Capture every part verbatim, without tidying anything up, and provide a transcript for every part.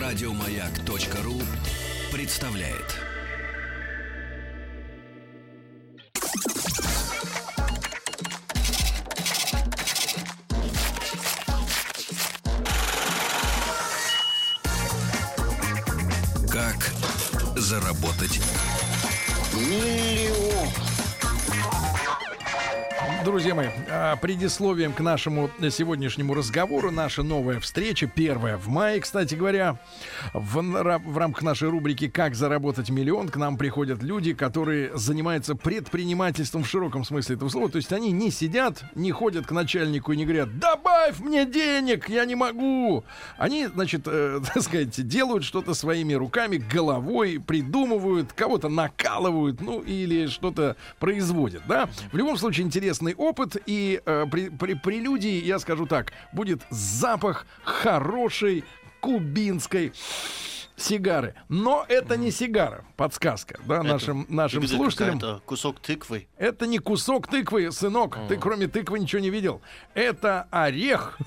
Радиомаяк.ру представляет. Как заработать миллион? Друзья мои, предисловием к нашему сегодняшнему разговору наша новая встреча, первая в мае, кстати говоря. В, в рамках нашей рубрики «Как заработать миллион» к нам приходят люди, которые занимаются предпринимательством в широком смысле этого слова. То есть они не сидят, не ходят к начальнику и не говорят: «Добавь мне денег, я не могу». Они, значит, э, так сказать, делают что-то своими руками, головой, придумывают, кого-то накалывают, ну или что-то производят, да. В любом случае, интересный опыт, и э, при, при прелюдии, я скажу так, будет запах хорошей кубинской сигары. Но это не сигара, подсказка, да, это, нашим, нашим слушателям. Это кусок тыквы. Это не кусок тыквы, сынок. Mm. Ты кроме тыквы ничего не видел. Это орех.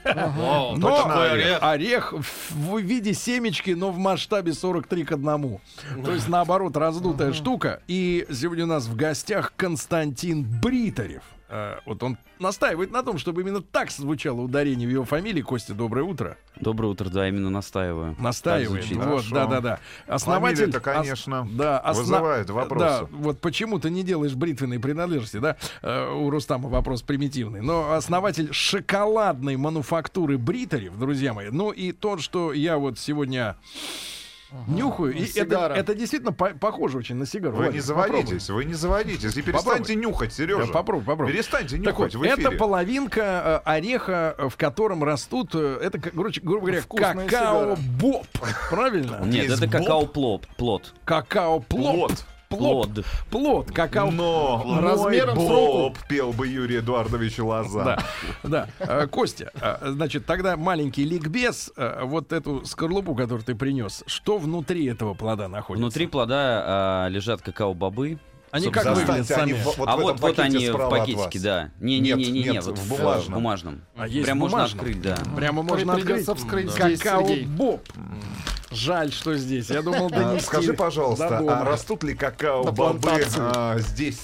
Wow, но орех. орех в виде семечки, но в масштабе сорок три к одному. То есть, наоборот, раздутая uh-huh. штука. И сегодня у нас в гостях Константин Бритарев. Uh, вот он настаивает на том, чтобы именно так звучало ударение в его фамилии. Костя, доброе утро. Доброе утро, да, именно настаиваю. Настаивает. Вот, да, да, да. Основатель, фамилия-то, конечно, ос, да, осна... вызывает вопросы. Да, вот почему ты не делаешь бритвенной принадлежности, да? Uh, у Рустама вопрос примитивный. Но основатель шоколадной мануфактуры Бритарев, друзья мои. Ну и то, что я вот сегодня ага, нюхаю, и это, это действительно по- похоже очень на сигару. Вы Владимир, не заводитесь, попробуй. вы не заводитесь. И перестаньте попробуй. нюхать, Сережа. Да, попробуй, попробуй. Перестаньте так нюхать вот, в эфире. Это половинка э, ореха, в котором растут, э, это, грубо, грубо говоря, какао-боб. Правильно? Нет, это какао-плод. Плод. Какао-плод. Плод. Плод. Какао. Но размером мой с Боб, руку. пел бы Юрий Эдуардович Лоза. Да, да. А, Костя, а, значит, тогда маленький ликбез, а, вот эту скорлупу, которую ты принес, что внутри этого плода находится? Внутри плода а, лежат какао-бобы. Они как выглядят сами? Они в, вот а в вот, вот они в пакетике, да. Не-не-не, нет, вот в в бумажном. бумажном. А есть Прям в можно бумажном? открыть, да. Прямо можно открыть. вскрыть Да. здесь, Сергей. Какао-боб. Жаль, что здесь. Я думал, да не Скажи, пожалуйста, а растут ли какао-бобы а, здесь,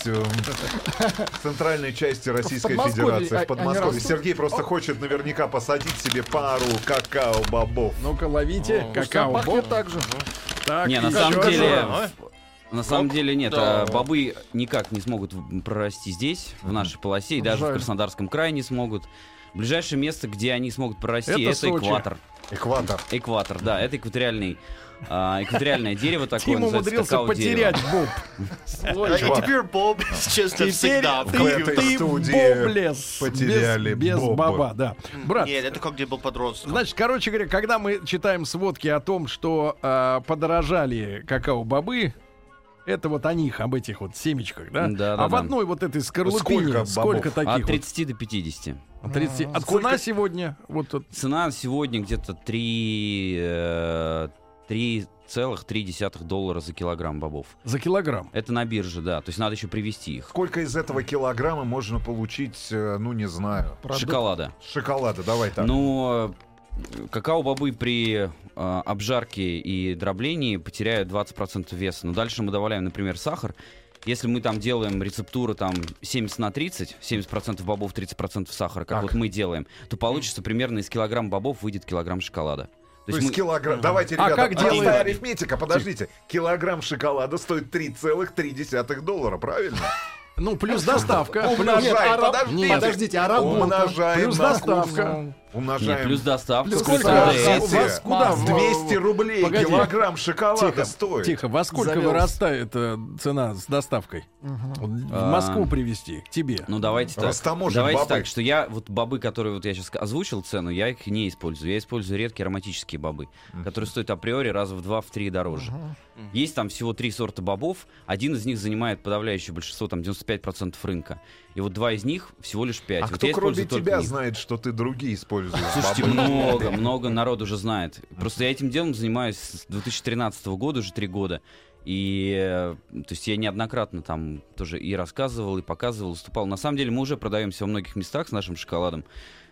в центральной части Российской в Федерации, в Подмосковье? растут? Сергей просто хочет наверняка посадить себе пару какао-бобов. Ну-ка, ловите. Какао-боб. Пахнет так же. Так, Не, на еще самом раз. деле... На самом Боб? деле нет, Да. а, бобы никак не смогут прорасти здесь, в нашей полосе, и даже Жаль. в Краснодарском крае не смогут. Ближайшее место, где они смогут прорасти, Это это, Сочи. экватор. Экватор. Экватор, да, это экваториальный, а, экваториальное дерево такое, Тим называется умудрился какао-дерево. потерять боб. И теперь Боб чисто Теперь всегда. в ты, этой ты студии боблес. потеряли без, без боба. боба, да. Брат, Нет, это как где был подростком. значит, короче говоря, когда мы читаем сводки о том, что э, подорожали какао-бобы, это вот о них, об этих вот семечках, да? Да, а да, в да. одной вот этой скорлупине Сколько сколько, бобов? таких От вот? тридцати до пятидесяти. От тридцати. А Сколько? цена сегодня? Вот тут. Цена сегодня где-то три целых три десятых доллара за килограмм бобов. За килограмм. Это на бирже, да. То есть надо еще привезти их. Сколько из этого килограмма можно получить, э, ну не знаю, Шоколада. шоколада? Давай так. Но какао-бобы при э, обжарке и дроблении потеряют двадцать процентов веса. Но дальше мы добавляем, например, сахар. Если мы там делаем рецептуру там семьдесят на тридцать, семьдесят процентов бобов, тридцать процентов сахара, как Так. вот мы делаем, то получится примерно из килограмма бобов выйдет килограмм шоколада. То есть мы- килограмм. Давайте, А ребята, как простая делают? арифметика, подождите. Килограмм шоколада стоит три целых три десятых доллара, правильно? Ну, плюс доставка. Умножай, Нет, а раб- подождите. подождите, а работа? Умножаем Плюс на доставка. курс. Умножаем. Нет, плюс доставка, Плюс плюс сколько? АДС. У вас куда? в- двести рублей Погоди. килограмм шоколада Тихо, стоит. тихо. Во сколько Завелся. вырастает э, цена с доставкой? Вот в А, Москву привезти, к тебе. Ну давайте так. Растаможим Давайте бобы. так, что я вот бобы, которые вот я сейчас озвучил цену, я их не использую. Я использую редкие ароматические бобы, которые стоят априори раза в два, в три дороже. Есть там всего три сорта бобов. Один из них занимает подавляющее большинство, там девяносто пять процентов рынка. И вот два из них всего лишь пять. А вот кто я кроме использую только тебя них. знает, что ты другие используешь? Слушайте, бобы? много, много народу уже знает. Просто я этим делом занимаюсь с две тысячи тринадцатого года, уже три года. И, э, то есть я неоднократно там тоже и рассказывал, и показывал, выступал. На самом деле мы уже продаемся во многих местах с нашим шоколадом.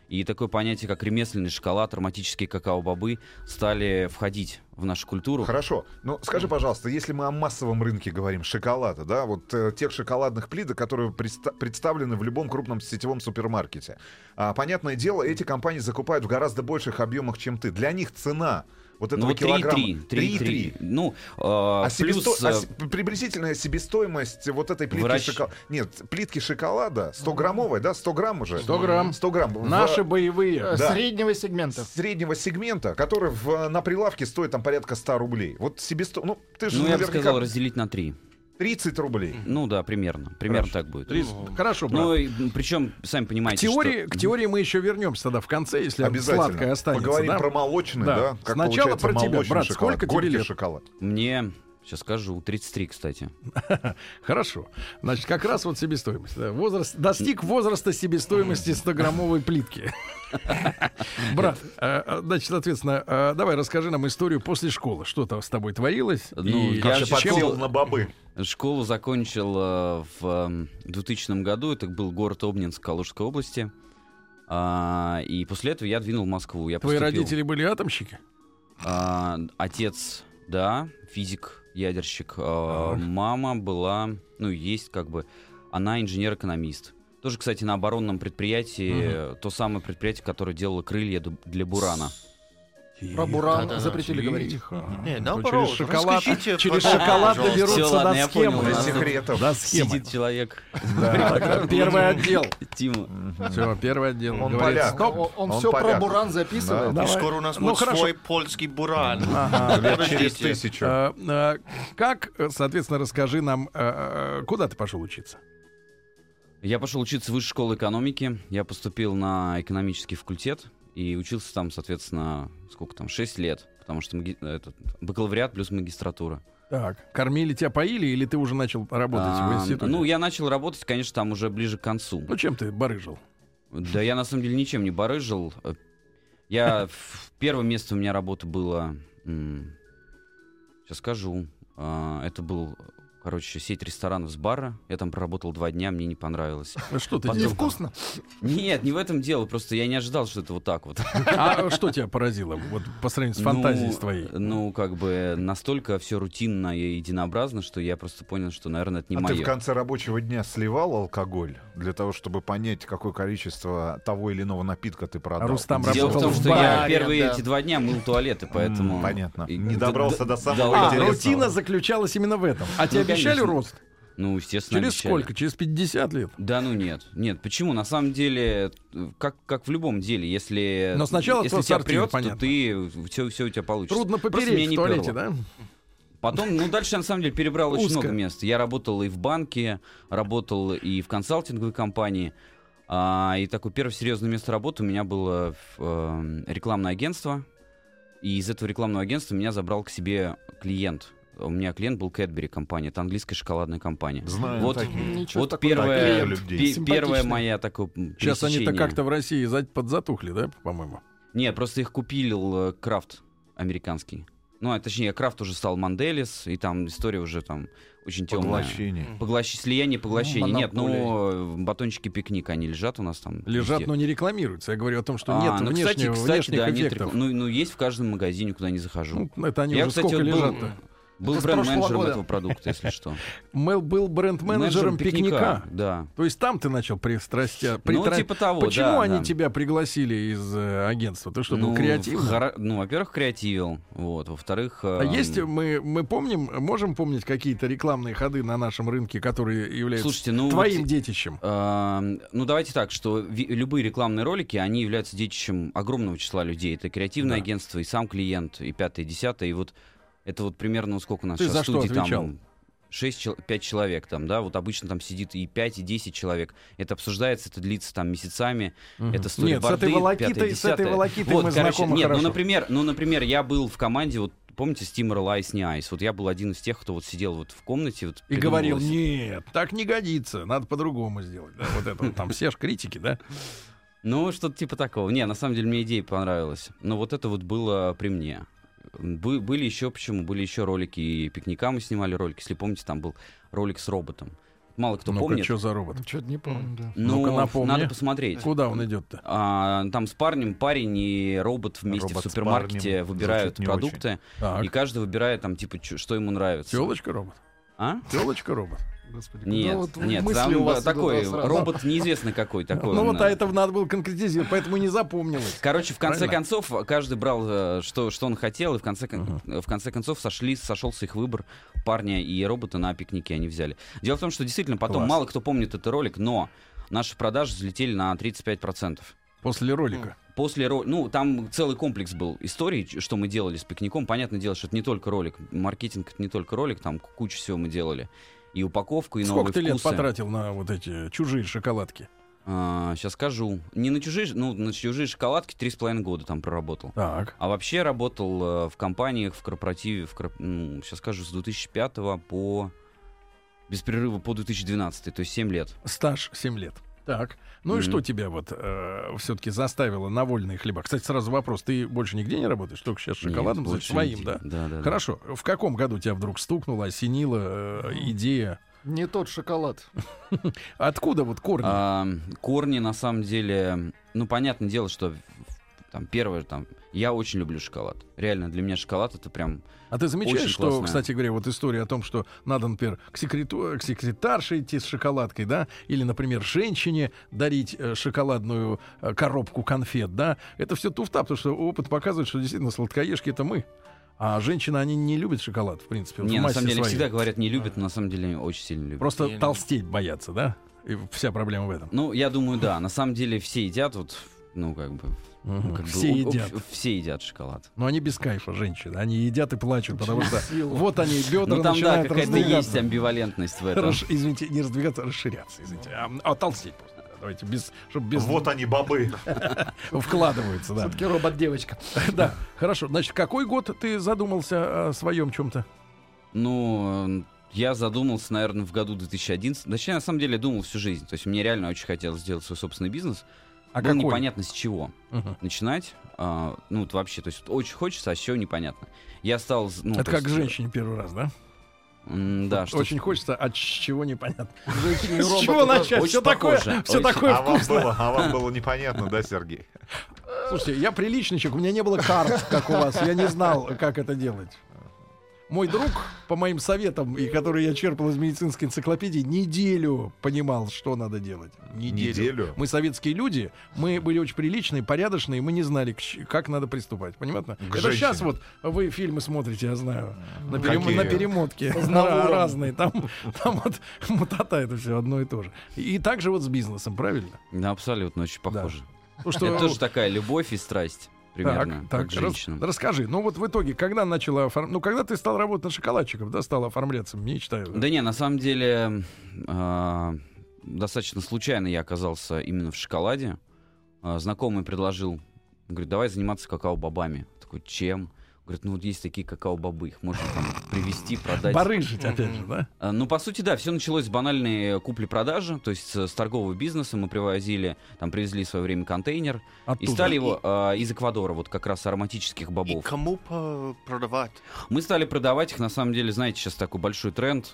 И такое понятие, как ремесленный шоколад, ароматические какао-бобы стали входить в нашу культуру. Хорошо. Ну, скажи, пожалуйста, если мы о массовом рынке говорим шоколада, да, вот э, тех шоколадных плиток, которые предста- представлены в любом крупном сетевом супермаркете. А, понятное дело, эти компании закупают в гораздо больших объемах, чем ты. Для них цена вот этого Ну, вот килограмма... три три. Ну, э, А, плюс... себесто... а э, с- приблизительная себестоимость вот этой плитки Врач- шоколада... Нет, плитки шоколада сто-граммовая, да, сто грамм уже? сто грамм. сто грамм. В- Наши боевые. Э, Да. Среднего сегмента. Среднего сегмента, который в, на прилавке стоит там порядка ста рублей. Вот себесто... Ну, ты же ну, я бы наверняка... сказал, разделить на три. тридцать рублей. Ну да, примерно. Примерно так будет. тридцать. Хорошо, брат. Ну, и, причем, сами К понимаете, теории, что... к теории мы еще вернемся тогда в конце, если Обязательно. сладкое останется. Поговорим да? про молочный, Да. да? Как Сначала получается про тебя, молочный брат, шоколад. сколько тебе Горький лет? шоколад. Мне, сейчас скажу, тридцать три, кстати. Хорошо. Значит, как раз вот себестоимость. Да. Возраст, достиг возраста себестоимости ста-граммовой плитки. Брат, э, значит, соответственно, э, давай расскажи нам историю после школы. Что там с тобой творилось? Ну, И я Как же ты чем- подсел на бобы. Школу закончил э, в э, двухтысячном году. Это был город Обнинск Калужской области. А, и после этого я двинул в Москву. Я Твои поступил. родители были атомщики? А, отец, да, физик, ядерщик. А, Так. мама была, ну, есть как бы, она инженер-экономист. Тоже, кстати, на оборонном предприятии, то самое предприятие, которое делало крылья д- для Бурана. Про Буран Да-да-да. запретили говорить. Тихо. Не, То наоборот, через шоколад, расскажите, через пожалуйста, шоколад пожалуйста. доберутся Всё, до ладно, я схемы. понял, До да. секретов. До схемы. Сидит человек, Да, первый отдел. Тима. Все, первый отдел. Он Говорит, поляк. стоп. Он, он Он все про поляк. Буран записывает. Да. И Давай. скоро у нас Ну, будет хорошо. свой польский буран. Ага. Лет через Подождите. тысячу. Э, э, Как, э, соответственно, расскажи нам, э, э, куда ты пошел учиться? Я пошел учиться в высшей школе экономики. Я поступил на экономический факультет и учился там, соответственно, сколько там, шесть лет. Потому что маги- этот, бакалавриат плюс магистратура. Так, кормили тебя, поили, или ты уже начал работать в А, институте? ну, я начал работать, конечно, там уже ближе к концу. Ну, чем ты барыжил? Да я на самом деле ничем не барыжил. Я в первое место у меня работы было. м, Сейчас скажу. А, Это был, короче, сеть ресторанов с бара. Я там проработал два дня, мне не понравилось. Ну, Что ты Потом- делал? Невкусно. Нет, не в этом дело. Просто я не ожидал, что это вот так вот. А что тебя поразило вот, по сравнению с фантазией Ну, твоей? Ну, как бы настолько все рутинно и единообразно, что я просто понял, что, наверное, это не А ты в мое. конце рабочего дня сливал алкоголь для того, чтобы понять, какое количество того или иного напитка ты продал? Рустам Дело в работал том, в что я баре, первые да. эти два дня мыл туалеты, поэтому... М, понятно. И- Не да- добрался да- до самого да, А, интересного. рутина заключалась именно в этом. А тебе Ну, обещали конечно. рост? Ну, естественно, Через обещали. сколько? Через пятьдесят лет? Да, ну нет. Нет, почему? На самом деле, э, как, как в любом деле, если, Но сначала если твой тебя сортир, прет, понятно. то ты все, все у тебя получится. Трудно Просто меня попереть не в туалете, перло. да? Потом, ну, дальше я на самом деле перебрал очень Узко. много мест. Я работал и в банке, работал и в консалтинговой компании. А, и такое первое серьезное место работы у меня было в, э, рекламное агентство. И из этого рекламного агентства меня забрал к себе клиент. У меня клиент был Кэтбери компания, это английская шоколадная компания. Знаю Вот, такие. Ничего вот такого. первая, Таких людей. пе- первая Симпатичные. моя такое м, Сейчас они-то пересечение. как-то в России за- подзатухли, да, по-моему? Нет, просто их купил э, Крафт американский. Ну, а точнее, Крафт уже стал Манделис, и там история уже там очень темная. Поглощение. Поглощ... Слияние, поглощение. Ну, Нет, ну, батончики пикник, они лежат у нас там. Лежат, везде. но не рекламируются. Я говорю о том, что А, нет ну, внешнего, кстати, кстати, внешних да, нет эффектов. реклам- ну, ну, есть в каждом магазине, куда не захожу. Ну, это они Я, уже кстати, сколько вот был, лежат-то? был Это с прошлого бренд-менеджером года. этого продукта, если что. Мэл был бренд-менеджером Менеджером пикника. Да. То есть там ты начал пристрастя... Ну, типа того, Почему да, они да. тебя пригласили из э, агентства? Ты что, был Ну, креативным? хоро- Ну, во-первых, креативил. Вот. Во-вторых... А эм, есть, мы, мы помним, можем помнить какие-то рекламные ходы на нашем рынке, которые являются Слушайте, ну, твоим вот, детищем? эм, ну, давайте так, что ви- любые рекламные ролики, они являются детищем огромного числа людей. Это креативное Да. агентство, и сам клиент, и пятое, и десятое. И вот это вот примерно, ну, сколько у нас Ты сейчас за в что студии, отвечал? там шесть-пять человек там, да, вот обычно там сидит и пять, и десять человек. Это обсуждается, это длится там месяцами. Мгм. Это Нет, сториборды, с этой волокитой, пятое, с этой десятое. волокитой Вот, мы короче, знакомы нет, хорошо. ну, например, ну, например, я был в команде, вот помните, Steamroll Ice не Ice? Вот я был один из тех, кто вот сидел вот в комнате. Вот, И говорил, придумывалось. нет, так не годится, надо по-другому сделать. Да, вот это вот там все ж критики, да? Ну, что-то типа такого. Не, на самом деле мне идея понравилась. Но вот это вот было при мне. Бы- были еще, почему? Были еще ролики, и пикника мы снимали ролики. Если помните, там был ролик с роботом. мало кто Ну-ка, помнит. что за робот? Что-то не помню, да. Ну, Ну-ка, напомни. надо посмотреть. Куда он идет-то? А, там с парнем парень и робот вместе Робот в с супермаркете парнем выбирают звучит не продукты, Так. и каждый выбирает там типа чё- что ему нравится. Телочка робот. А? Телочка робот. Господи, Нет, куда вот нет, мысли там у вас такой идут, а, сразу? робот неизвестно какой такой. Ну он, вот, а э, это надо было конкретизировать, поэтому не запомнилось. Короче, в конце Правильно? концов, каждый брал, э, что, что он хотел, и в конце, кон- в конце концов сошли, сошелся их выбор парня и робота на пикнике они взяли. Дело в том, что действительно потом Класс. мало кто помнит этот ролик, но наши продажи взлетели на тридцать пять процентов. После ролика. После ро- ну, там целый комплекс был историй, ч- что мы делали с пикником. Понятное дело, что это не только ролик. Маркетинг — это не только ролик, там кучу всего мы делали. И упаковку, и Сколько новые ты лет вкусы. потратил на вот эти чужие шоколадки? сейчас скажу. Не на чужие, ну, на чужие шоколадки три с половиной года там проработал. Так. А вообще работал э, в компаниях, в корпоративе, в корп- ну, сейчас скажу, с две тысячи пятого по... без перерыва по две тысячи двенадцатый, то есть семь лет. Стаж семь лет. Так. Ну и Мгм. что тебя вот все-таки заставило на вольные хлеба? Кстати, сразу вопрос. Ты больше нигде не работаешь? Только сейчас шоколадом, Нет, значит, больше своим, нигде. да? Да, да, да. Хорошо. В каком году тебя вдруг стукнула, осенила э, идея? Не тот шоколад. Откуда вот корни? А, корни, на самом деле, ну, понятное дело, что там первое, там, я очень люблю шоколад. Реально, для меня шоколад — это прям... А ты замечаешь, очень что, классная. кстати говоря, вот история о том, что надо, например, к, секрету... к секретарше идти с шоколадкой, да, или, например, женщине дарить э, шоколадную э, коробку конфет, да, это все туфта, потому что опыт показывает, что действительно сладкоежки — это мы. А женщины, они не любят шоколад, в принципе. вот Не, в на массе самом деле, своей. всегда говорят, не любят, но на самом деле они очень сильно любят. Просто Не, ну. толстеть боятся, да? И вся проблема в этом. Ну, я думаю, да. На самом деле все едят, вот, ну, как бы... Мгм. ну, как бы, Все об- едят. об- все едят шоколад. Но они без кайфа, женщины. Они едят и плачут, потому что вот они, бедра Ну, там, да, начинают какая-то раздвигаться. есть амбивалентность в этом. Расш- Извините, не раздвигаться, а расширяться, извините. А, а толстеть просто. да, Давайте, без, чтобы без Вот они, бобы. вкладываются, да. Все-таки робот-девочка. Да, хорошо. Значит, какой год ты задумался о своем чем-то? Ну, э, я задумался, наверное, в году две тысячи одиннадцатом. Точнее, на самом деле, я думал всю жизнь. То есть мне реально очень хотелось сделать свой собственный бизнес. А Было какой? непонятно с чего Мгм. начинать. а, ну, вот вообще, то есть очень хочется, а с чего непонятно. Я стал... з- Ну, Это то как есть, женщине первый раз, да? м, Да, что Очень хочется, а с чего непонятно. Женщине С робот чего это начать? очень Все такое, похоже, все очень. такое А вам вкусное. было, а вам было непонятно, да, Сергей? Слушайте, я приличный человек, у меня не было карт, как у вас, я не знал, как это делать. Мой друг, по моим советам, и который я черпал из медицинской энциклопедии, неделю понимал, что надо делать. Неделю. Неделю? Мы советские люди, мы были очень приличные, порядочные, мы не знали, к щ- как надо приступать. Понятно? К Это женщине. сейчас вот вы фильмы смотрите, я знаю, на, перем- Какие? на перемотке Познавуром. разные. Там, там вот мутата это все одно и то же. И также вот с бизнесом, правильно? Да, абсолютно, очень похоже. Ну, что- Это тоже такая любовь и страсть, примерно, Так, как так, рас- женщинам. расскажи, ну вот в итоге, когда начала оформ... ну когда ты стал работать на шоколадчиков, да, стал оформляться, мечтаю. Да не, на самом деле, а, достаточно случайно я оказался именно в шоколаде. А, знакомый предложил, говорит, давай заниматься какао-бобами. Такой, чем? Говорит, ну вот есть такие какао-бобы, их можно там привезти, продать. Барыжить, опять же, да? А, Ну, по сути, да, все началось с банальной купли-продажи, то есть с, с торгового бизнеса. Мы привозили, там привезли в свое время контейнер Оттуда. и стали его а, из Эквадора, вот как раз ароматических И бобов. кому по- продавать? Мы стали продавать их, на самом деле, знаете, сейчас такой большой тренд.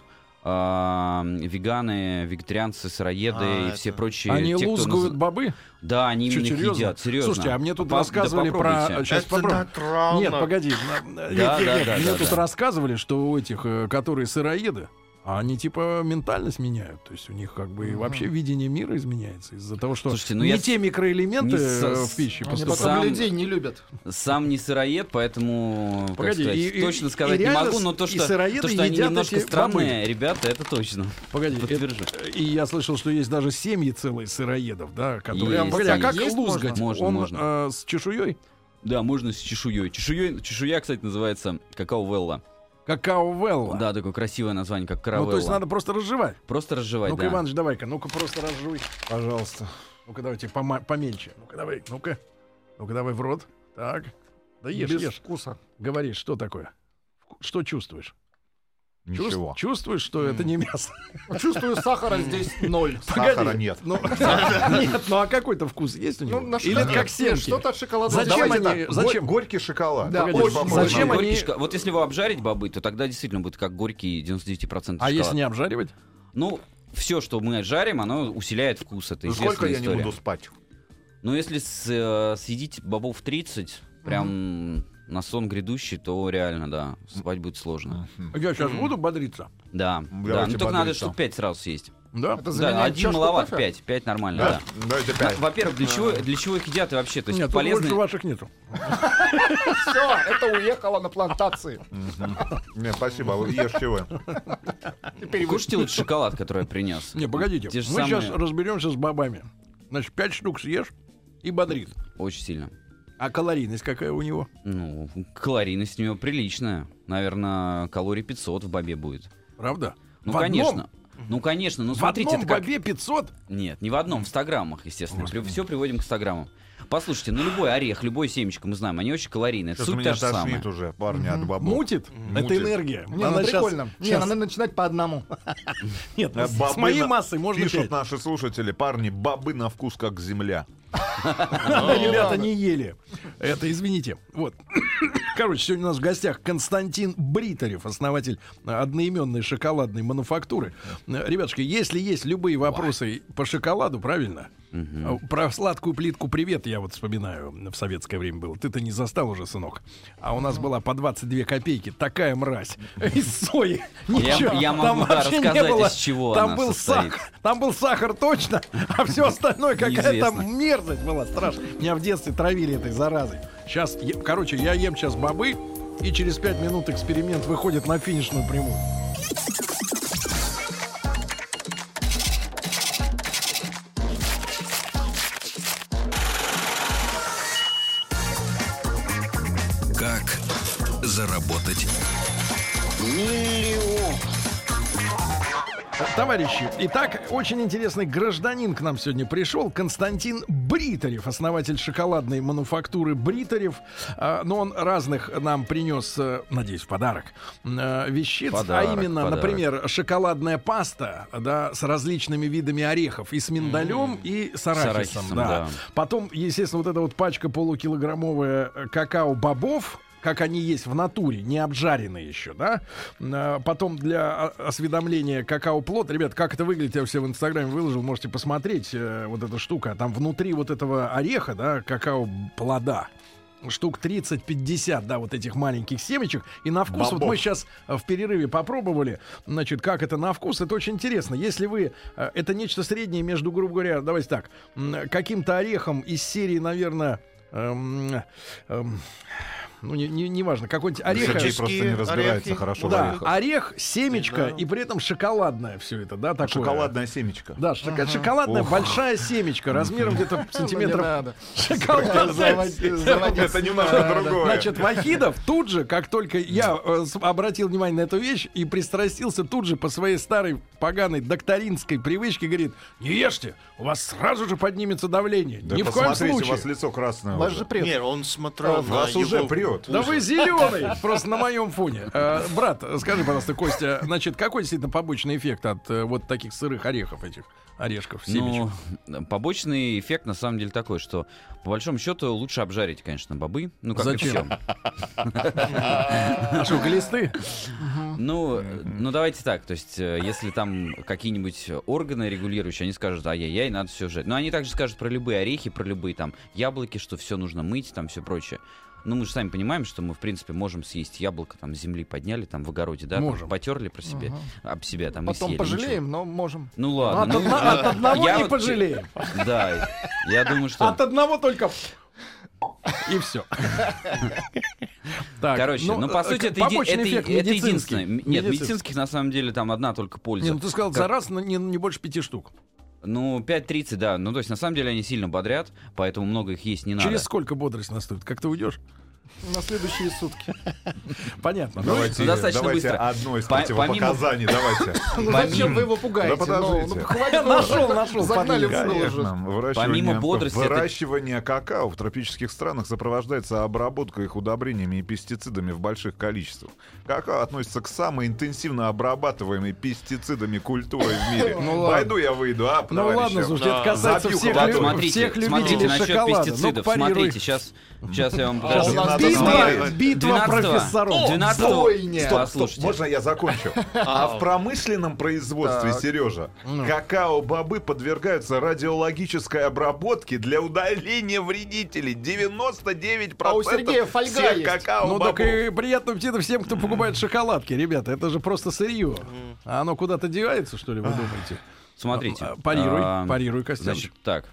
А, веганы, вегетарианцы, сыроеды А, и все это- прочие. Они те, кто лузгают наз- бобы? Да, они Чё, именно их серьезно? едят, серьезно. Слушайте, а мне тут По- да рассказывали про... попробуйте. Сейчас Это попробуем. натурально. Нет, погоди. на- Нет, Да, нет, да, нет, да, мне да, тут да. рассказывали, что у этих, э, которые сыроеды, а они типа ментальность меняют. То есть у них как бы и вообще видение мира изменяется из-за того, что Слушайте, ну не я те микроэлементы не со- э, в пище Они поступают. потом Сам- людей не любят. Сам не сыроед, поэтому как Погоди, сказать, и- и- точно и сказать не реально могу, но с- то, и что, сыроеды то, что они едят немножко эти странные, ребята, это точно. Погоди, Подтвержу. это- и я слышал, что есть даже семьи целые сыроедов, да, которые... Есть, Погоди, а есть. как Есть лузгать? можно? Он Можно, э, с чешуей? Да, можно с чешуей. Чешуей, чешуя, кстати, называется какао-велла. Какао-велла. Да, такое красивое название, как Ну, каравелла. то есть надо просто разжевать. Просто разжевать, Ну-ка, да. Иваныч, давай-ка, ну-ка просто разжуй. Пожалуйста. Ну-ка, давайте пома- помельче. Ну-ка, давай, ну-ка. Ну-ка, давай в рот. Так. Да ешь, Без ешь. вкуса. Говори, что такое? Вку- Что чувствуешь? Чувств- Ничего. Чувствуешь, что это не мясо? Чувствую, сахара здесь ноль. Сахара Погоди. нет. Ну, нет, ну а какой-то вкус есть у него? Ну, на Или шоколад- это как Нет, семки? Что-то от шоколада. Зачем Давайте они- так. Го- зачем? Горький шоколад. Да, Погоди, очень. попробуй. Зачем Горький они- шоколад. Вот если его обжарить бобы, то тогда действительно будет как горький девяносто девять процентов А шоколад. если не обжаривать? Ну, все, что мы жарим, оно усиляет вкус. Это Ну, известная сколько я не история. буду спать? Ну, если с, э, съедить бобов тридцать, прям mm-hmm. на сон грядущий, то реально, да, спать будет сложно. Mm-hmm. Я сейчас mm-hmm. буду бодриться? Да, да. Ну, только надо штук пять сразу съесть. Да? Это да, один маловато, пять, пять нормально, да. да. Давайте пять. Во-первых, для чего, для чего их едят и вообще? То есть Нет, полезны... больше ваших нету. Все, это уехало на плантации. Нет, спасибо, вы ешьте вы. Кушайте вот шоколад, который я принес. Не, погодите, мы сейчас разберемся с бобами. Значит, пять штук съешь и бодрит. Очень сильно. А калорийность какая у него? Ну, калорийность у него приличная. Наверное, калорий пятьсот в бобе будет. Правда? Ну, в конечно. Одном? Ну, конечно. Ну, в смотрите, одном это как... бобе пятьсот? Нет, не в одном, в ста граммах, естественно. При... Все приводим к ста граммам. Послушайте, ну любой орех, любое семечко, мы знаем, они очень калорийные. Сейчас Суть у меня та же самая. тошнит уже, парни, от бобов. Мутит? Мутит. Это энергия. Не, ну прикольно. Не, надо начинать по одному. Нет, А с бобы моей на- массой можно Пишут пять. наши слушатели, парни, бобы на вкус как земля. Ребята не ели. Это, извините. Вот. Короче, сегодня у нас в гостях Константин Бритарев, основатель одноименной шоколадной мануфактуры. Ребятушки, если есть любые вопросы по шоколаду, правильно? Мгм. Про сладкую плитку привет я вот вспоминаю. В советское время был. Ты-то не застал уже, сынок. А у нас была по двадцать две копейки. Такая мразь. Из сои. Ничего. я Там могу, да, вообще не рассказать, было. из чего Там она был состоит. сахар. Там был сахар точно, а все остальное какая-то Неизвестно. мерзость была страшная. Меня в детстве травили этой заразой. Сейчас, е- короче, я ем сейчас бобы, и через пять минут эксперимент выходит на финишную прямую. Как заработать Товарищи, итак, очень интересный гражданин к нам сегодня пришел. Константин Бритарев, основатель шоколадной мануфактуры Бритарев. А, но он разных нам принес, э, надеюсь, в подарок э, вещиц. Подарок, а именно, подарок. например, шоколадная паста, да, с различными видами орехов. И с миндалем, и с арахисом. арахисом, да. да. Потом, естественно, вот эта вот пачка полукилограммовая э, какао-бобов, как они есть в натуре, не обжаренные еще, да. А, Потом для о- осведомления какао-плод. Ребят, как это выглядит, я у себя в Инстаграме выложил, можете посмотреть. э, вот эта штука. Там внутри вот этого ореха, да, какао-плода. Штук тридцать-пятьдесят, да, вот этих маленьких семечек. И на вкус, вот Бобов. мы сейчас в перерыве попробовали, значит, как это на вкус, это очень интересно. Если вы, э, это нечто среднее между, грубо говоря, давайте так, м, каким-то орехом из серии, наверное, эм, эм, ну, не, не, не важно, какой-нибудь орех. Сергей просто не разбирается орехи. хорошо в Да, орехах. орех, семечко Да. и при этом шоколадное все это, да, такое. Шоколадная семечко. Да, шока- шоколадная Ох. большая семечка, размером где-то Не сантиметров. надо. Шоколадная. Это немножко другое. Значит, Вахидов тут же, как только я э, с- обратил внимание на эту вещь и пристрастился, тут же по своей старой поганой докторинской привычке говорит: не ешьте, у вас сразу же поднимется давление. Да Ни в коем посмотрите, у вас случае. лицо красное Вас уже. же прет. Нет, он смотрел на Вас уже его прет. Да вы зеленый, просто на моем фоне. Э, брат, скажи, пожалуйста, Костя, значит, какой действительно побочный эффект от э, вот таких сырых орехов, этих орешков, семечек? Ну, побочный эффект на самом деле такой, что по большому счету лучше обжарить, конечно, бобы. Ну, как Зачем? и все. А что, глисты? Ну, ну, давайте так. То есть, э, если там какие-нибудь органы регулирующие, они скажут: ай-яй-яй, надо все жать. Но они также скажут про любые орехи, про любые там яблоки, что все нужно мыть, там все прочее. Ну, мы же сами понимаем, что мы, в принципе, можем съесть яблоко, там, с земли подняли, там, в огороде, да, там, Можем. потерли про себя, об себя, там, и Потом съели, пожалеем, но можем. ничего. Ну, От, ладно. ну, одна- от одного я не вот- пожалеем. Да, я думаю, что... От одного только... И все. Короче, ну, по сути, это, еди- это, эффект это медицинский. единственное. М- Нет, Медицинский. медицинских, на самом деле, там одна только польза. Не, ну ты сказал, Как- за раз на- не, не больше пяти штук. Ну, пять тридцать, да. Ну, то есть, на самом деле, они сильно бодрят, поэтому много их есть не надо. Через сколько бодрость наступит? Как ты уйдешь? На следующие сутки. Понятно. Ну, Давайте, ну, достаточно давайте быстро. одно из По- противопоказаний. Давайте. Ну Помимо- зачем вы его пугаете? Да подождите. Ну, ну, хватит, Нашел, ну, нашел, Загнали в подвиг. угол уже. Конечно, выращивание, Помимо бодрости, это- выращивание какао в тропических странах сопровождается обработкой их удобрениями и пестицидами в больших количествах. Какао относится к самой интенсивно обрабатываемой пестицидами культурой в мире. Ну ладно. Пойду я выйду, а, Ну товарищи? ладно, слушайте, Да. это касается Забью всех, водой. лю- Смотрите, всех смотрите, любителей насчет шоколада. пестицидов. Ну, парируй. Смотрите, сейчас Сейчас я вам А, подожди. у нас Битва- битва, битва двенадцатого профессоров. двенадцатого Бойня. Стоп, стоп, Послушайте. можно я закончу? А в промышленном производстве, Так. Сережа, Ну. какао-бобы подвергаются радиологической обработке для удаления вредителей. девяносто девять процентов А у Сергея фольга всех есть. Ну так какао-бобов. и приятного аппетита всем, кто покупает шоколадки, ребята. Это же просто сырье. А оно куда-то девается, что ли, вы думаете? Смотрите. А, Парируй, а, парируй, Костян. Значит, так.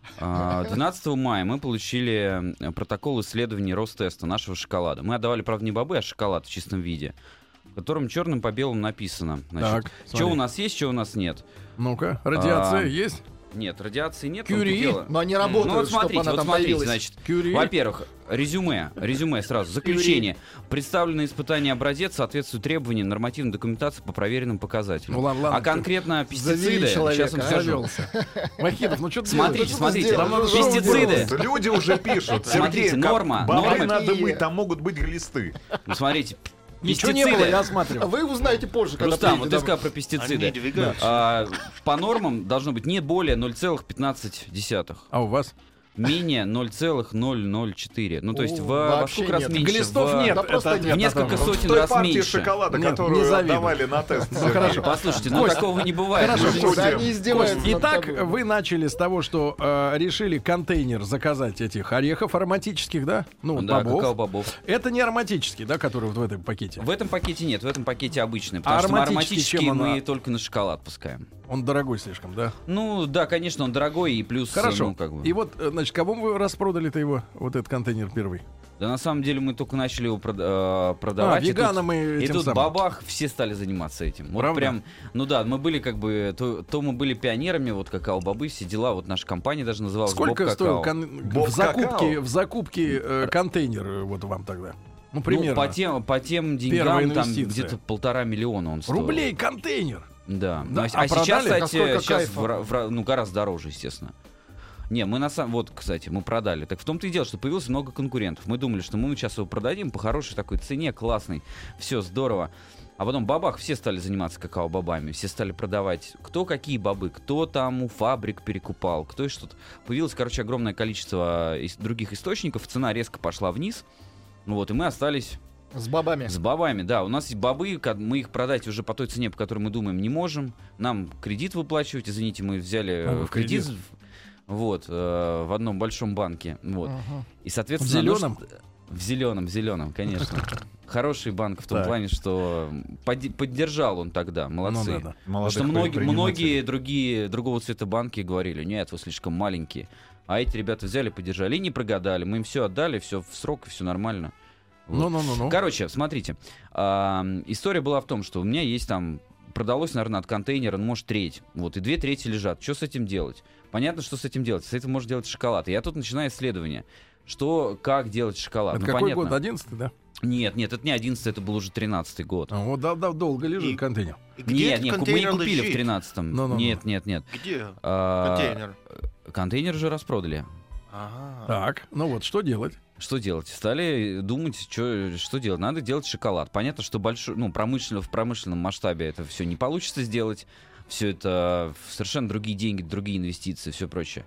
А, двенадцатого мая мы получили э, протокол исследований Ростеста нашего шоколада. Мы отдавали, правда, не бобы, а шоколад в чистом виде, в котором черным по белому написано. Значит, Так, что смотри. у нас есть, что у нас нет. Ну-ка, радиация А, есть? Нет, радиации нет. Кюри? в том-то дело. Но они Ну работают, вот чтобы смотрите, она вот там смотрите, появилась. значит, Кюри? во-первых, резюме, резюме сразу, заключение. Представленный испытание образец соответствует требованиям нормативной документации по проверенным показателям. Ну ладно, ладно. А конкретно Завели пестициды, человека, сейчас вам а? скажу. Завелся. Вахидов, ну что ты Смотрите, делаешь? смотрите, сделал? Давно пестициды. уже Люди уже пишут. Смотрите, Сергей, как норма, бобы норма. надо Какие? мыть, там могут быть глисты. Ну, смотрите, Ничего не было, я пестициды. осматривал. Вы узнаете позже, когда Рустам, вот ты приедете сказал домой. про пестициды. Они двигаются. А, по нормам должно быть не более ноль целых пятнадцать десятых. А у вас? Менее ноль целых ноль ноль четыре. Ну, то есть О, в, во вообще сколько раз нет. меньше? Глистов в, нет. Да просто это- нет. В несколько это- В сотен той раз партии меньше. шоколада, Нет, не которую завидую. давали на тест. Ну, хорошо. Послушайте, ну Кость, такого не бывает. хорошо, Мы же- Кость, Да, они издеваются Кость, над итак, тобой. вы начали с того, что э, решили контейнер заказать этих орехов ароматических, да? Ну, Да, бобов. какао-бобов. Это не ароматические, да, которые вот в этом пакете? В этом пакете нет, в этом пакете обычные. Потому А что мы ароматический ароматические чем мы она? только на шоколад пускаем. Он дорогой слишком, да? Ну, да, конечно, он дорогой, и плюс, Хорошо. ну, как бы... И вот, э, значит, кому вы распродали-то его, вот этот контейнер первый? Да, на самом деле, мы только начали его прод- э, продавать. А, и тут- веганам и И этим тут самым. бабах все стали заниматься этим. Вот Правда? прям, ну да, мы были как бы, то, то мы были пионерами, вот какао-бобы, все дела, вот наша компания даже называлась Сколько Боб стоил Какао. кон- Боб в закупке, Какао? в закупке э, контейнер э, вот вам тогда? Ну, Ну, примерно. по тем, по тем Первая деньгам там инвестиция. где-то полтора миллиона он стоил. Рублей контейнер. Да. Да, Ну, а а сейчас, продали? кстати, Насколько сейчас кайфа? в ра- в ра- ну, гораздо дороже, естественно. Не, мы на самом... Вот, кстати, мы продали. Так в том-то и дело, что появилось много конкурентов. Мы думали, что мы сейчас его продадим по хорошей такой цене, классной. Все, здорово. А потом бабах, все стали заниматься какао-бобами. Все стали продавать кто какие бобы, кто там у фабрик перекупал, кто и что-то. Появилось, короче, огромное количество ис- других источников. Цена резко пошла вниз. Вот, и мы остались С бабами. с бобами, да. У нас есть бобы, ка- мы их продать уже по той цене, по которой мы думаем, не можем. Нам кредит выплачивать, извините, мы взяли А, э, вы кредит, кредит. вот, э, в одном большом банке. Вот. Ага. И, соответственно... В ну, зелёном? что- В зеленом, в зеленом, конечно. Хороший банк в том Так. плане, что поди- поддержал он тогда, молодцы. Ну, да, да. Потому что многие, многие другие, другого цвета банки говорили, нет, вы слишком маленькие. А эти ребята взяли, поддержали и не прогадали. Мы им все отдали, все в срок, все нормально. Вот. Ну-ну-ну-ну. Короче, смотрите. а, история была в том, что у меня есть там... Продалось, наверное, от контейнера, ну, может, треть. Вот, и две трети лежат. Что с этим делать? Понятно, что с этим делать. С этим можно делать шоколад. И я тут начинаю исследование. Что, как делать шоколад? Это Ну, какой понятно. год? одиннадцатый, да? Нет, нет, это не одиннадцатый, это был уже тринадцатый год. А, вот да, да, долго лежит И- контейнер. И где Нет, этот нет, мы не контейнер купили в лежит? тринадцатом. Ну-ну-ну. Нет, нет, нет. Где А, контейнер? Контейнер уже распродали. Ага. Так, ну вот, что делать? Что делать? Стали думать, чё, что делать. Надо делать шоколад. Понятно, что большой, ну, промышленно, в промышленном масштабе это все не получится сделать. Все это совершенно другие деньги, другие инвестиции, все прочее.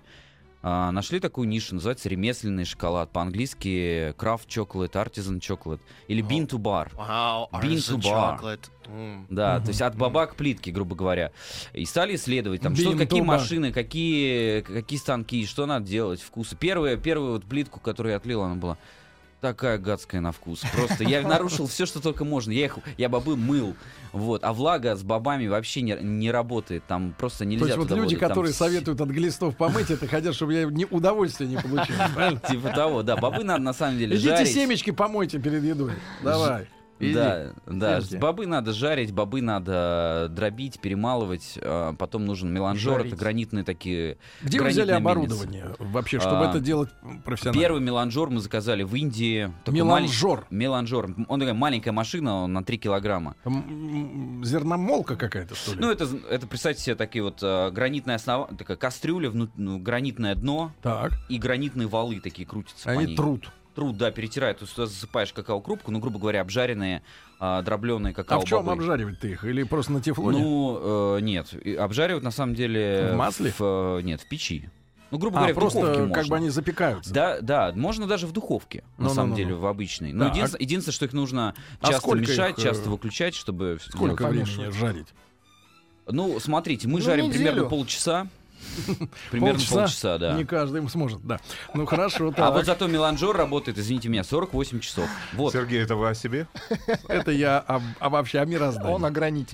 А, нашли такую нишу, называется ремесленный шоколад. По-английски craft chocolate, artisan chocolate. Или bean to bar. Вау, Bean to artisan bar. chocolate. М. Да, Мгм. то есть от баба к плитке, грубо говоря. И стали исследовать, там, Bean что, какие to bar. машины, какие, какие станки, что надо делать, вкусы. Первая, первую вот плитку, которую я отлил, она была такая гадская на вкус. Просто я нарушил все, что только можно. Я, их, я бобы мыл. Вот. А влага с бобами вообще не, не работает. Там просто нельзя То есть вот туда люди, воду, там которые с- советуют от глистов помыть, это хотят, чтобы я ни удовольствия не получил. Правильно? Типа того, да. Бобы надо на самом деле Идите жарить. семечки помойте перед едой. Давай. Иди. Да, да. Семки. Бобы надо жарить, бобы надо дробить, перемалывать. а Потом нужен меланжер. Жарить. Это гранитные такие. Где вы взяли гранитные оборудование вообще, чтобы А, это делать профессионально? Первый меланжер мы заказали в Индии. Такой Меланжер. малень- Меланжер. Он такая маленькая машина, он на три килограмма. М, м, Зерномолка какая-то, что ли? Ну, это, это представьте себе такие вот э, гранитная основа, такая кастрюля, вну- ну, гранитное дно Так, и гранитные валы такие крутятся по они ней. труд. Труд, да, перетирают. То есть туда засыпаешь какао-крупку, ну, грубо говоря, обжаренные, а, дробленые А какао-бобы. в чем обжаривать ты их? Или просто на тефлоне? Ну, э, нет. И обжаривают, на самом деле... В масле? в, э, нет, в печи. Ну, грубо А, говоря, в просто духовке как можно. бы они запекаются. Да, да, можно даже в духовке, на Ну-ну-ну-ну. самом деле, в обычной. Но Да, единственное, а- единственное, что их нужно А часто сколько мешать, их, э, часто выключать, чтобы... всё Сколько делать. времени жарить? Ну, смотрите, мы Ну, жарим неделю. примерно полчаса. Примерно Полчаса? полчаса, да. Не каждый им сможет, да. Ну хорошо, А так. вот зато меланжор работает, извините меня, сорок восемь часов. Вот. Сергей, это вы о себе? Это я об- а вообще о мироздании. Он о граните.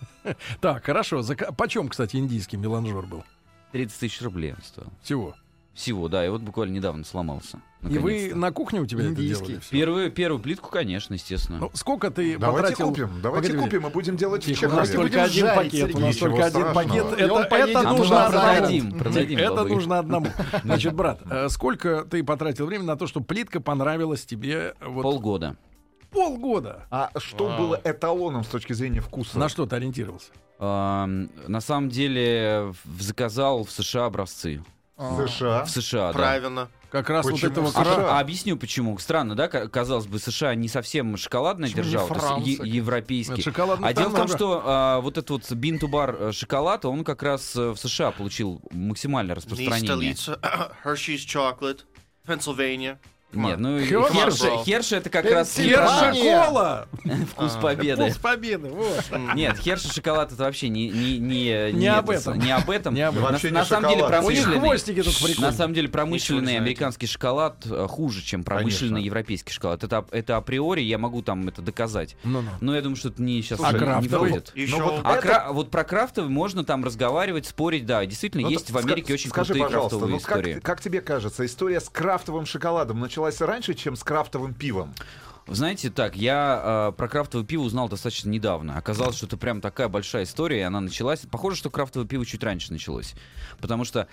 Так, хорошо. Зака- Почем, кстати, индийский меланжор был? тридцать тысяч рублей он стоил. Всего. Всего, да, и вот буквально недавно сломался. И вы наконец-то. на кухне у тебя это Индийский. делали? всё? Первую, первую плитку, конечно, естественно. Ну, сколько ты Давайте потратил? купим, давайте Погоди, купим и будем делать в Тихо, у нас Чехове. только будем один жарить, пакет. У Сергей. нас Ничего только один страшного. пакет. И он Это, поедет это А мы нужно на одному. продадим, продадим Это бабы. нужно одному. Значит, брат, э, сколько ты потратил времени на то, чтобы плитка понравилась тебе? Вот Полгода. полгода. А что было эталоном с точки зрения вкуса? На что ты ориентировался? Ам, на самом деле в- заказал в США образцы. США. В США, да. Правильно. Как раз Почему вот этого США? кра- А, а объясню почему. Странно, да? К- Казалось бы, США не совсем шоколадная Почему не держава, то есть Франция? е- европейский. шоколадных А там дело в том, много. что а, вот этот вот бин-ту-бар э, шоколад, он как раз э, в США получил максимальное Не распространение. столица. Hershey's Chocolate. Pennsylvania. Нет, ну Херши. Херши, Херши это как раз Пенсильвания. Кола! вкус победы. Вкус победы, вот. Нет, Херши шоколад это вообще не не не Не об это, этом. Не об этом. Не об этом. На- Вообще не на самом деле шоколад. У них промышленный. хвостики тут На прикольные. самом деле Ничего промышленный не знаете. американский шоколад э, хуже, чем промышленный Конечно. европейский шоколад. Это, это априори, я могу там это доказать. Ну-ну. Но я думаю, что это не сейчас А не крафтовый? выйдет. Еще вот А Это- кра- вот про крафтовый можно там разговаривать, спорить, да, действительно, Ну, есть т- в Америке ска- очень скажи, крутые пожалуйста, крафтовые ну как, истории. как тебе кажется, история с крафтовым шоколадом началась раньше, чем с крафтовым пивом? Вы знаете, так, я э, про крафтовое пиво узнал достаточно недавно. Оказалось, что это прям такая большая история, и она началась. Похоже, что крафтовое пиво чуть раньше началось. Потому что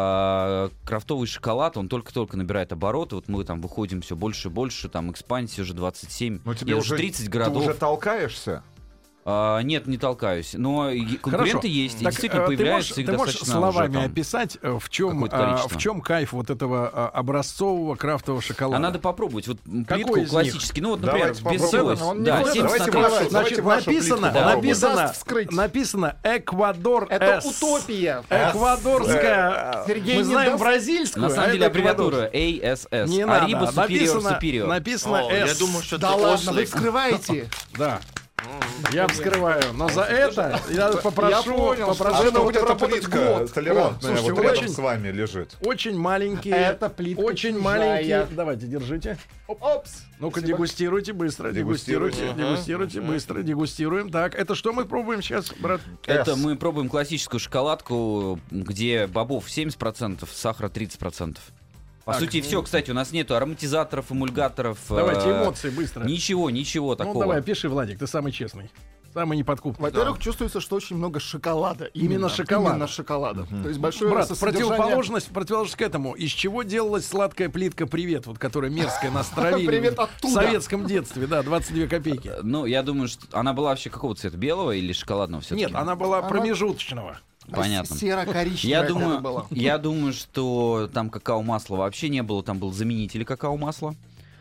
э, крафтовый шоколад, он только-только набирает обороты. Вот мы там выходим все больше и больше, там экспансия уже двадцать семь, Но тебе и уже тридцать Ты городов. уже толкаешься? А, нет, не толкаюсь. Но и конкуренты есть, и Так, действительно э, появляются ты их можешь, ты можешь достаточно словами уже там описать, э, в чем, какое-то а, количество. в чем кайф вот этого а, образцового крафтового шоколада? А надо попробовать. Вот м, Какой плитку из них? классический. Ну вот, например, Давайте без попробуем. соус. Он не Да, хочет. семьдесят Давайте грамм. вашу- Значит, давайте вашу написано, плитку попробуем. написано, Даст вскрыть. написано Эквадор Это С. утопия. Эквадорская. Сергей Мы не знаем даст- бразильскую. На самом а деле это аббревиатура эквадорская. эй эс эс. Не Arriba надо. Superior Написано, Superior. написано О, я С. думал, что Да это ладно, вы ослик. вскрываете. Да. Я вскрываю. Но за это я попрошу, понял, попрошу что А что будет вот эта работать плитка год. толерантная Слушайте, вот рядом очень- с вами лежит? очень маленькие. Это плитка Очень чужая. маленькие. Давайте, держите. Опс. Ну-ка, Спасибо. дегустируйте быстро, дегустируйте, Дегустируйте. дегустируйте быстро, дегустируем. Так, это что мы пробуем сейчас, брат? Это С. мы пробуем классическую шоколадку, где бобов семьдесят процентов, сахара тридцать процентов. По Так, сути, все, кстати, у нас нету ароматизаторов, эмульгаторов. Давайте э, эмоции быстро. Ничего, ничего Ну, такого. давай, пиши, Владик, ты самый честный. Самый неподкупный. Во-первых, чувствуется, что очень много шоколада. Именно шоколада. Именно шоколада. То есть большое Брат, в содержание- противоположность, в противоположность к этому, из чего делалась сладкая плитка «Привет», вот которая мерзкая нас травили Привет в оттуда. советском детстве, да, двадцать две копейки. Ну, я думаю, что она была вообще какого цвета? Белого или шоколадного все-таки? Нет, она была Она- промежуточного. Понятно. Серо-коричневая Я думаю, была. я думаю, что там какао-масла вообще не было, там был заменитель какао-масла.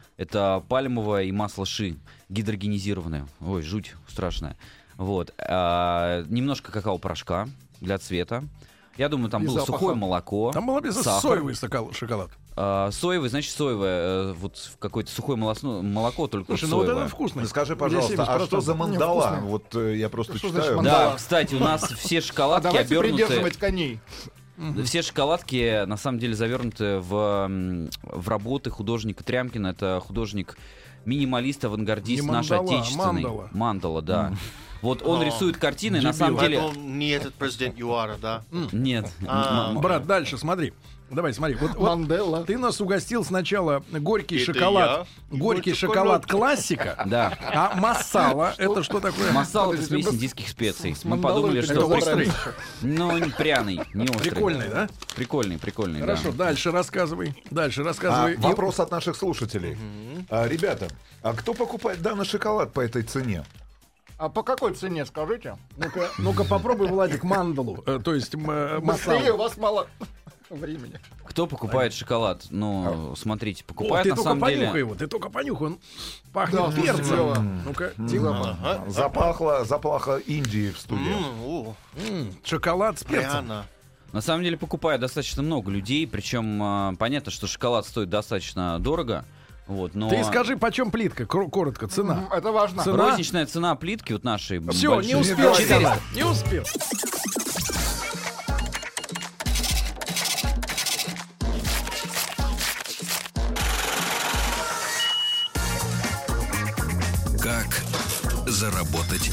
Это пальмовое и масло ши, гидрогенизированное. Ой, жуть страшная. Вот. А, немножко какао-порошка для цвета. Я думаю, там И было запаха. сухое молоко. Там был написано сахар. соевый сокол- шоколад. А, соевый, значит, соевое. э, Вот какое-то сухое молоко, молоко только Слушай, вот ну вот соевое. это вкусно. Ну, скажи, Где пожалуйста, а семьдесят что за процентов? мандала? Невкусно. Вот э, я просто Что значит читаю. мандала? Да, кстати, у нас все А шоколадки давайте обернуты. придерживать коней. Все шоколадки на самом деле завернуты в, м, в работы художника Трямкина. Это художник минималист, авангардист, Не наш мандала, а отечественный. мандала. Мандала, да. Вот он О, рисует картины, на дебил. самом деле. Поэтому не этот президент ЮАРа, да? Нет. А, М- м- Брат, дальше, смотри. Давай, смотри. Вот, вот Мандела. ты нас угостил сначала горький Это шоколад. я. Горький Ой, шоколад шоколад. классика. Да. А массала это что такое? Масала — это Подожди, смесь вы с- индийских специй. с Мы мандалой подумали, это Это что... острый? Ну, не пряный, не острый. Прикольный, да? Прикольный, прикольный, Хорошо, да. дальше рассказывай. Дальше А, рассказывай. И- вопрос от наших слушателей. А, ребята, а кто покупает данный шоколад по этой цене? А по какой цене, скажите? Ну-ка, ну-ка попробуй, Владик, мандалу. э, то есть м, э, Быстрее, у массалу. вас мало времени. Кто покупает шоколад? Ну, смотрите, О, покупает ты на только самом понюхай деле... его, ты только понюхай, он пахнет Да, слушай, перцем. Лёва. Ну-ка, тихо. Ага. Запахло, запахло Индии в студии. М, о, М, Шоколад с перцем. пряно. На самом деле покупает достаточно много людей, причем э, понятно, что шоколад стоит достаточно дорого. Вот, но... Ты скажи, почем плитка? Кор- коротко, цена. М, Это важно. Цена? Розничная цена плитки вот нашей Все, большой- не успел четыреста. сказать. Не успел. Как заработать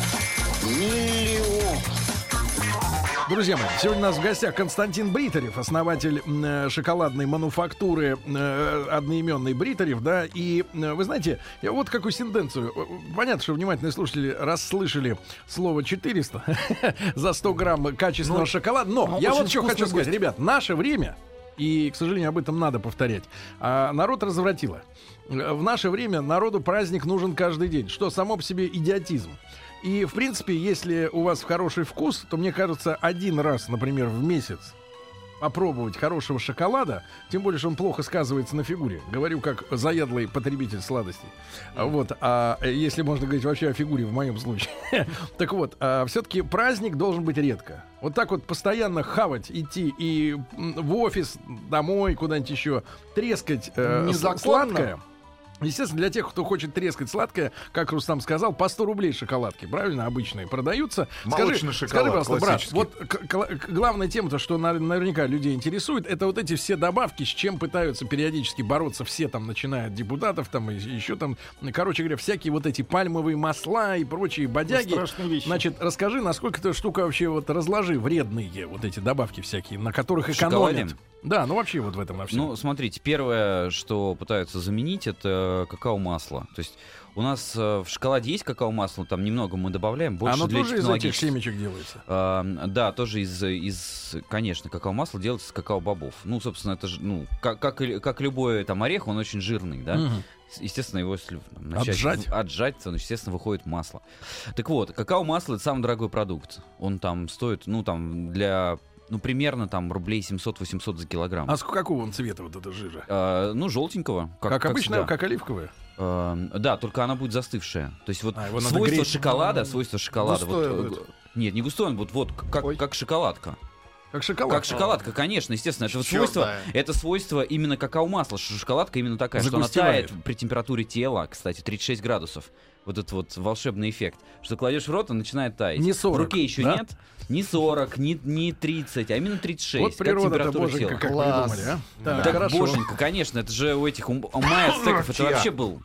Друзья мои, сегодня у нас в гостях Константин Бритарев, основатель э, шоколадной мануфактуры э, одноименной Бритарев, да, и э, вы знаете, я вот какую сентенцию, понятно, что внимательные слушатели расслышали слово четыреста за сто грамм качественного Ну, шоколада, но ну, я очень вот что вкусный хочу сказать, гость. ребят, наше время, и, к сожалению, об этом надо повторять, а народ развратило. В наше время народу праздник нужен каждый день, что само по себе идиотизм. И, в принципе, если у вас хороший вкус, то, мне кажется, один раз, например, в месяц попробовать хорошего шоколада, тем более, что он плохо сказывается на фигуре. Говорю, как заядлый потребитель сладостей. Вот. А если можно говорить вообще о фигуре в моем случае. Так вот, все-таки праздник должен быть редко. Вот так вот постоянно хавать, идти и в офис, домой, куда-нибудь еще, трескать э, Незаконно. сладкое. Естественно, для тех, кто хочет трескать сладкое, как Рустам сказал, по сто рублей шоколадки, правильно, обычные продаются. Молочный скажи, шоколад, скажи, пожалуйста, брат, классический. вот к- к- к- главная тема-то, что на- наверняка людей интересует, это вот эти все добавки, с чем пытаются периодически бороться все там, начиная от депутатов, там, и еще там, короче говоря, всякие вот эти пальмовые масла и прочие бодяги. Страшные вещи. Значит, расскажи, насколько эта штука вообще, вот разложи, вредные вот эти добавки всякие, на которых В шоколаде? экономят. Да, ну вообще вот в этом во всем. Ну, смотрите, первое, что пытаются заменить, это какао-масло. То есть у нас э, в шоколаде есть какао-масло, там немного мы добавляем, больше Оно для тоже из этих технологических. семечек делается. А, да, тоже из, из, конечно, какао-масло делается из какао-бобов. Ну, собственно, это же, ну, как, как, и- как любой там орех, он очень жирный, да. Мгм. Естественно, его если там, начать Отжать? в- отжать, то, естественно, выходит масло. Так вот, какао-масло — это самый дорогой продукт. Он там стоит, ну, там, для, ну, примерно там рублей семьсот-восемьсот за килограмм. А с какого он цвета вот эта жижа? А, ну, желтенького. Как, обычно, всегда. как оливковая? А, да, только она будет застывшая. То есть вот А, его надо свойство греть. шоколада, свойство шоколада. Густое вот, будет. э, нет, не густой он будет, вот как, Ой. как шоколадка. Как шоколад. Как шоколадка, конечно, естественно. Это вот Чёрная. свойство, это свойство именно какао-масла, что шоколадка именно такая, что Загустевает. она тает при температуре тела, кстати, тридцать шесть градусов. Вот этот вот волшебный эффект. Что кладешь в рот, он начинает таять. Не сорок, В руке еще да? нет. Не сорок, не, не тридцать, а именно тридцать шесть. Вот как природа-то, температура боженька, тела. как Класс. придумали, а? Так, Так, хорошо. боженька, конечно, это же у этих, у, у майя-ацтеков это Чья? вообще был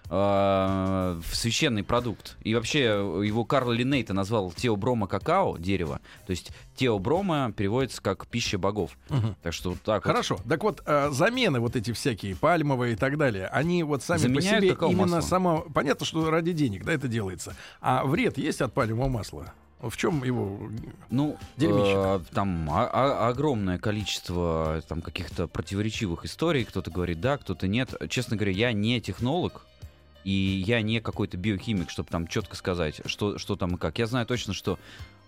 э, священный продукт. И вообще его Карл Линней-то назвал теоброма какао, дерево. То есть теоброма переводится как пища богов. Мгм. Так что вот так вот. Хорошо. Так вот, а, замены вот эти всякие, пальмовые и так далее, они вот сами Заменяют по себе какао-масло. именно само... Понятно, что ради денег, да, это делается. А вред есть от пальмового масла? В чем его... Ну, Дерьмище-то. э, там а- а- огромное количество там каких-то противоречивых историй. Кто-то говорит да, кто-то нет. Честно говоря, я не технолог. И я не какой-то биохимик, чтобы там четко сказать, что, что там и как. Я знаю точно, что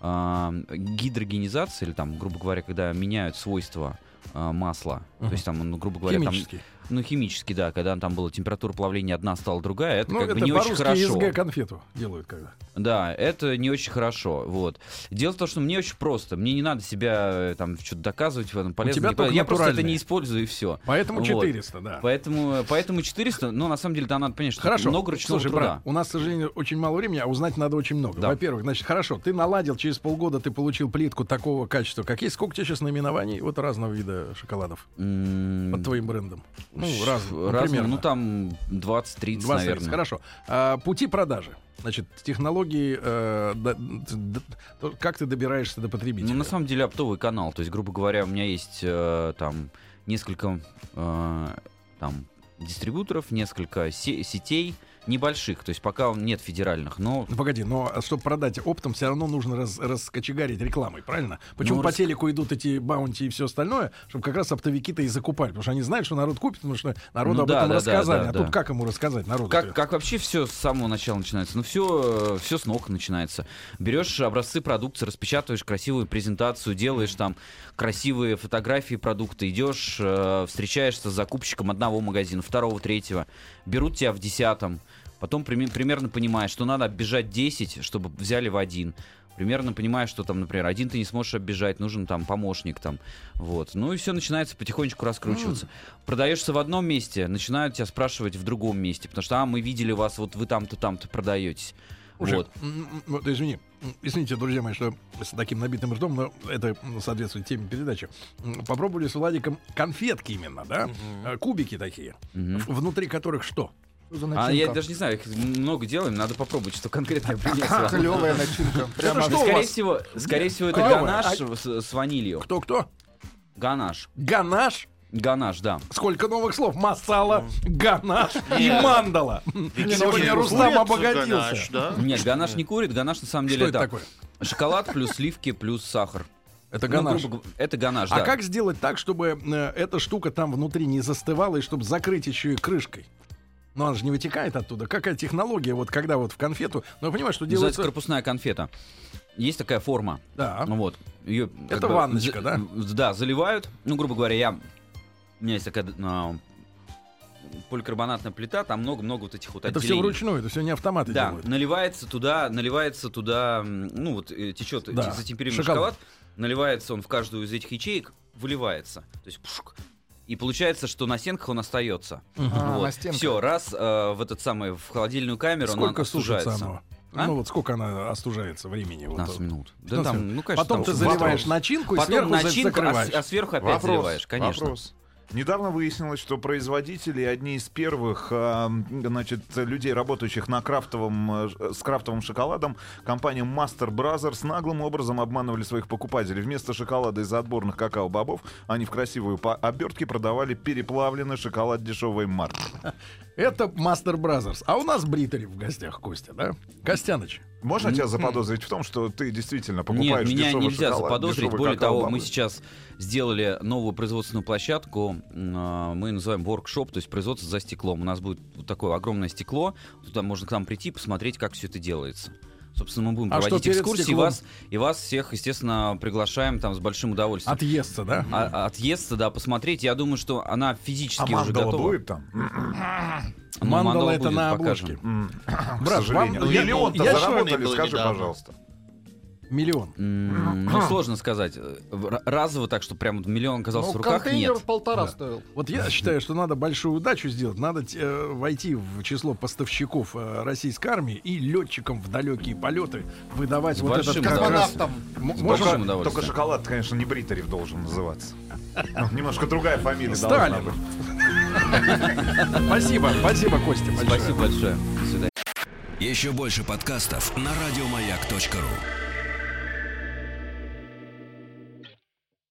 э, гидрогенизация, или там, грубо говоря, когда меняют свойства э, масла, Мгм. то есть там, ну, грубо говоря, там, Химический. ну, химически, да, когда там была температура плавления одна стала другая, это Ну, как это бы не очень по-русски хорошо. СГ конфету делают когда. Да, это не очень хорошо. Вот. Дело в том, что мне очень просто. Мне не надо себя э, там что-то доказывать в этом полезно. тебя не только полезно. Я просто это натуральные. не использую и все. Поэтому Вот. четыреста, да. Поэтому, поэтому четыреста, ну, на самом деле, да, надо понять, что Хорошо. много ручного Слушай, труда. брат, у нас, к сожалению, очень мало времени, а узнать надо очень много. Да. Во-первых, значит, хорошо, ты наладил, через полгода ты получил плитку такого качества, как есть. Сколько у тебя сейчас наименований вот разного вида шоколадов М, под твоим брендом? Ну, ш- раз, ну, разные, примерно. ну, там двадцать-тридцать, двадцать, наверное. Хорошо. А, пути продажи. Значит, технологии, э, да- д- д- как ты добираешься до потребителя? Ну, на самом деле, оптовый канал. То есть, грубо говоря, у меня есть э, там несколько э, там дистрибьюторов, несколько се- сетей небольших. То есть, пока нет федеральных, но Ну, погоди, но чтобы продать оптом, все равно нужно раз, раскочегарить рекламой, правильно? Почему Ну, по рас- телеку идут эти баунти и все остальное, чтобы как раз оптовики-то и закупали, потому что они знают, что народ купит, потому что народу Ну об да, этом да, рассказали. да, а да, тут да. как ему рассказать народу? Как, как вообще все с самого начала начинается? Ну, все, все с ног начинается. Берешь образцы продукции, распечатываешь красивую презентацию, делаешь там красивые фотографии продукта, идешь, э, встречаешься с закупщиком одного магазина, второго, третьего, берут тебя в десятом, потом прими- примерно понимаешь, что надо оббежать десять, чтобы взяли в один. примерно понимаешь, что там, например, один ты не сможешь оббежать, нужен там помощник там, вот. Ну и все начинается потихонечку раскручиваться. Mm. Продаешься в одном месте, начинают тебя спрашивать в другом месте, потому что, а, мы видели вас, вот вы там-то, там-то продаетесь. Слушай, вот. Вот, извини, извините, друзья мои, что с таким набитым ртом, но это соответствует теме передачи. Попробовали с Владиком конфетки именно, да? Mm-hmm. Кубики такие, mm-hmm. внутри которых что? А я даже не знаю, их много делаем, надо попробовать, что конкретно я принесла. Клевая начинка. Прямо что скорее всего, скорее всего, это ганаш с, с ванилью. Кто-кто? Ганаш. Ганаш? Ганаш, да. Сколько новых слов? Масала, ганаш и мандала. Сегодня Рустам обогатился. Нет, ганаш не курит, ганаш на самом деле это такое? Шоколад плюс сливки плюс сахар. Это ганаш. Ну, грубо, это ганаш, а да. как сделать так, чтобы э, эта штука там внутри не застывала и чтобы закрыть еще и крышкой? Но она же не вытекает оттуда. Какая технология, вот когда вот в конфету... Ну, я понимаю, что делается... Называется корпусная конфета. Есть такая форма. Да. Вот. Ее, это бы, ванночка, за, да? Да, заливают. Ну, грубо говоря, я... У меня есть такая а, поликарбонатная плита, там много-много вот этих вот это отделений. Это все вручную, это все не автоматы да, делают. наливается туда, наливается туда, ну вот течет да. затемперированный шоколад. шоколад, наливается он в каждую из этих ячеек, выливается. То есть пшук. И получается, что на стенках он остается. Uh-huh. А, вот. Все, раз э, в этот самый в холодильную камеру сколько он остужается. А? Ну вот сколько она остужается времени? пятнадцать вот, минут. Да, там, ну, конечно, потом там ты заливаешь вопрос. начинку и потом сверху начинку, закрываешь. А, а сверху опять вопрос, заливаешь, конечно. Вопрос. Недавно выяснилось, что производители, одни из первых, э, значит, людей, работающих на крафтовом, э, с крафтовым шоколадом, компания Master Brothers наглым образом обманывали своих покупателей. Вместо шоколада из отборных какао-бобов они в красивой обертке продавали переплавленный шоколад дешевой марки. Это Master Brothers. А у нас Бритари в гостях, Костя, да? Костяныч. Можно тебя заподозрить в том, что ты действительно покупаешь Нет, меня дешевый нельзя шоколад, заподозрить. дешевый Более того, какао-бобы? мы сейчас сделали новую производственную площадку. Мы называем воркшоп, то есть производство за стеклом. У нас будет вот такое огромное стекло. Туда можно к нам прийти, посмотреть, как все это делается. Собственно, мы будем а проводить экскурсии, и вас, и вас всех, естественно, приглашаем там с большим удовольствием. Отъесться, да? А, отъесться, да, посмотреть. Я думаю, что она физически а уже готова. будет там? Ну, мандала, мандала это будет, на покажем. обложке. К Брат, сожалению. вам- Ну, я- миллион-то я заработали, что- скажи, недавно. пожалуйста. Миллион. М, Ну, сложно сказать. Р- Разово так, что прям миллион оказался Ну, в руках, контейнер нет. полтора Да. стоил. Вот я считаю, что надо большую удачу сделать. Надо э, войти в число поставщиков э, российской армии и летчикам в далекие полеты выдавать С вот этот большим как раз- Космонавтом. М- С можем- большим Только, удовольствием. только шоколад, конечно, не Бритарев должен называться. Ну, немножко другая фамилия должна Сталин. быть. Спасибо, спасибо, Костя. большое. Спасибо большое. До свидания. Еще больше подкастов на радиомаяк точка ру.